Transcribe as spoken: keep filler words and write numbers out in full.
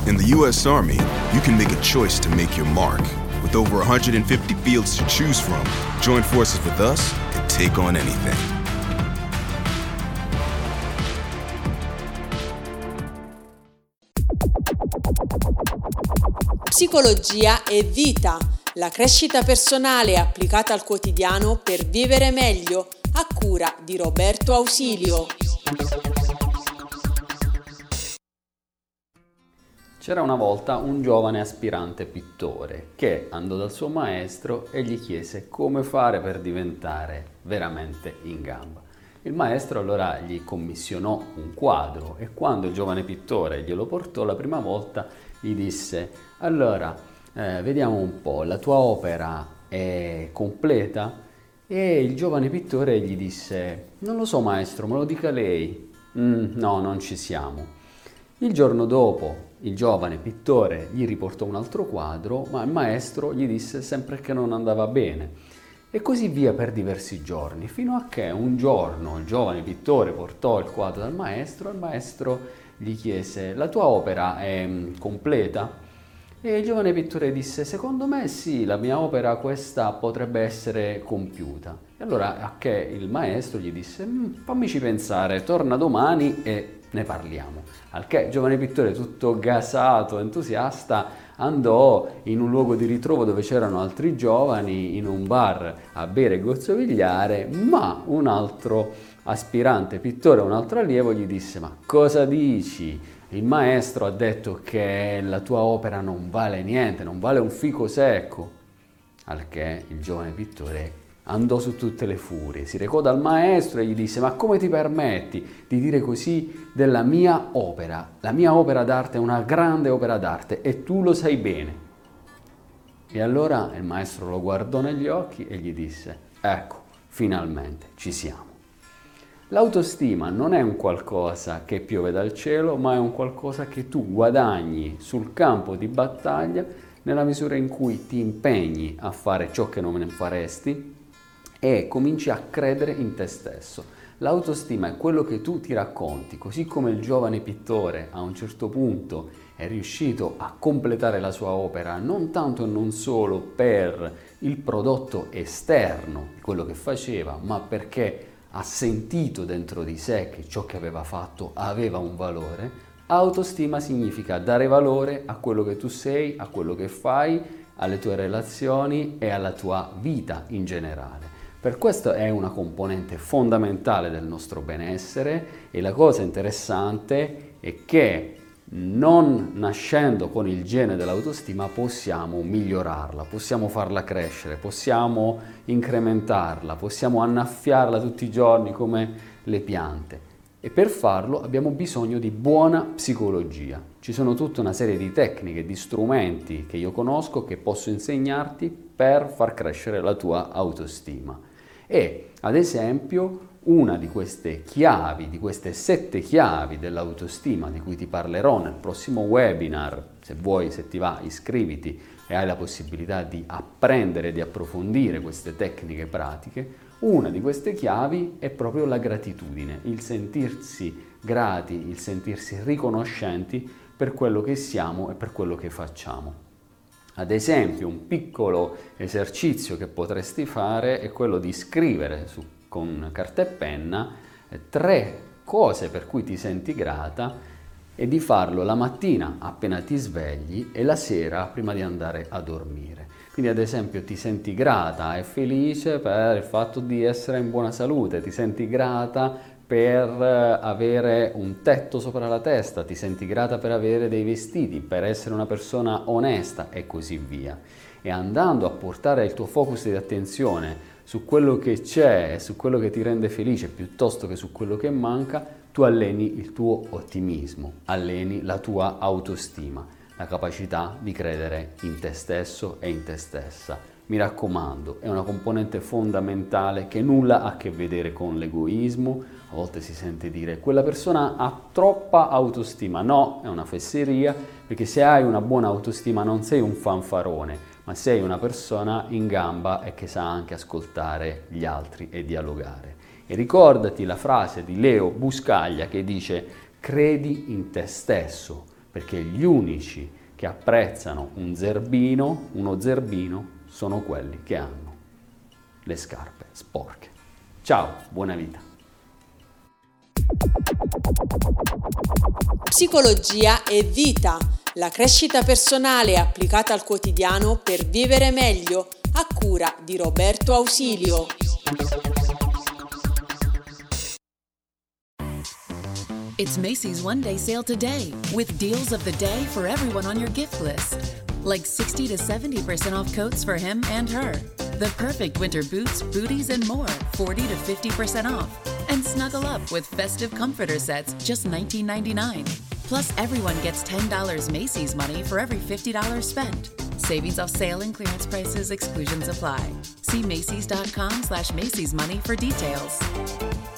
In the U S Army, you can make a choice to make your mark. With over one hundred fifty fields to choose from, join forces with us and take on anything. Psicologia e vita, la crescita personale applicata al quotidiano per vivere meglio, a cura di Roberto Ausilio. C'era una volta un giovane aspirante pittore che andò dal suo maestro e gli chiese come fare per diventare veramente in gamba. Il maestro allora gli commissionò un quadro e quando il giovane pittore glielo portò la prima volta gli disse: allora eh, vediamo un po', la tua opera è completa? E il giovane pittore gli disse: non lo so maestro, me lo dica lei. Mm, no, non ci siamo. Il giorno dopo il giovane pittore gli riportò un altro quadro, ma il maestro gli disse sempre che non andava bene. E così via per diversi giorni, fino a che un giorno il giovane pittore portò il quadro dal maestro e il maestro gli chiese: la tua opera è completa? E il giovane pittore disse: secondo me sì, la mia opera questa potrebbe essere compiuta. E allora a che il maestro gli disse: fammici pensare, torna domani e ne parliamo. Al che il giovane pittore, tutto gasato, entusiasta, andò in un luogo di ritrovo dove c'erano altri giovani, in un bar a bere e gozzovigliare, ma un altro aspirante pittore, un altro allievo gli disse: ma cosa dici? Il maestro ha detto che la tua opera non vale niente, non vale un fico secco. Al che il giovane pittore andò su tutte le furie, si recò dal maestro e gli disse: ma come ti permetti di dire così della mia opera? La mia opera d'arte è una grande opera d'arte e tu lo sai bene. E allora il maestro lo guardò negli occhi e gli disse: ecco, finalmente ci siamo. L'autostima non è un qualcosa che piove dal cielo, ma è un qualcosa che tu guadagni sul campo di battaglia nella misura in cui ti impegni a fare ciò che non faresti e cominci a credere in te stesso. L'autostima è quello che tu ti racconti, così come il giovane pittore a un certo punto è riuscito a completare la sua opera non tanto e non solo per il prodotto esterno di quello che faceva, ma perché ha sentito dentro di sé che ciò che aveva fatto aveva un valore. Autostima significa dare valore a quello che tu sei, a quello che fai, alle tue relazioni e alla tua vita in generale. Per questo è una componente fondamentale del nostro benessere e la cosa interessante è che non nascendo con il gene dell'autostima possiamo migliorarla, possiamo farla crescere, possiamo incrementarla, possiamo annaffiarla tutti i giorni come le piante. E per farlo abbiamo bisogno di buona psicologia. Ci sono tutta una serie di tecniche, di strumenti che io conosco che posso insegnarti per far crescere la tua autostima. E ad esempio una di queste chiavi, di queste sette chiavi dell'autostima di cui ti parlerò nel prossimo webinar, se vuoi, se ti va, iscriviti e hai la possibilità di apprendere e di approfondire queste tecniche pratiche. Una di queste chiavi è proprio la gratitudine, il sentirsi grati, il sentirsi riconoscenti per quello che siamo e per quello che facciamo. Ad esempio, un piccolo esercizio che potresti fare è quello di scrivere su, con carta e penna eh, tre cose per cui ti senti grata e di farlo la mattina appena ti svegli e la sera prima di andare a dormire. Quindi ad esempio ti senti grata e felice per il fatto di essere in buona salute, ti senti grata per avere un tetto sopra la testa, ti senti grata per avere dei vestiti, per essere una persona onesta e così via. E andando a portare il tuo focus di attenzione su quello che c'è e su quello che ti rende felice piuttosto che su quello che manca, tu alleni il tuo ottimismo, alleni la tua autostima, la capacità di credere in te stesso e in te stessa. Mi raccomando, è una componente fondamentale che nulla ha a che vedere con l'egoismo. A volte si sente dire quella persona ha troppa autostima. No, è una fesseria, perché se hai una buona autostima non sei un fanfarone, ma sei una persona in gamba e che sa anche ascoltare gli altri e dialogare. E ricordati la frase di Leo Buscaglia che dice: credi in te stesso, perché gli unici che apprezzano un zerbino, uno zerbino, sono quelli che hanno le scarpe sporche. Ciao, buona vita. Psicologia e vita, la crescita personale applicata al quotidiano per vivere meglio, a cura di Roberto Ausilio. It's Macy's One Day Sale today, with deals of the day for everyone on your gift list. Like sixty to seventy percent off coats for him and her. The perfect winter boots, booties, and more, forty to fifty percent off. And snuggle up with festive comforter sets, just nineteen ninety-nine. Plus, everyone gets ten dollars Macy's money for every fifty dollars spent. Savings off sale and clearance prices, exclusions apply. See Macy's.com slash Macy's money for details.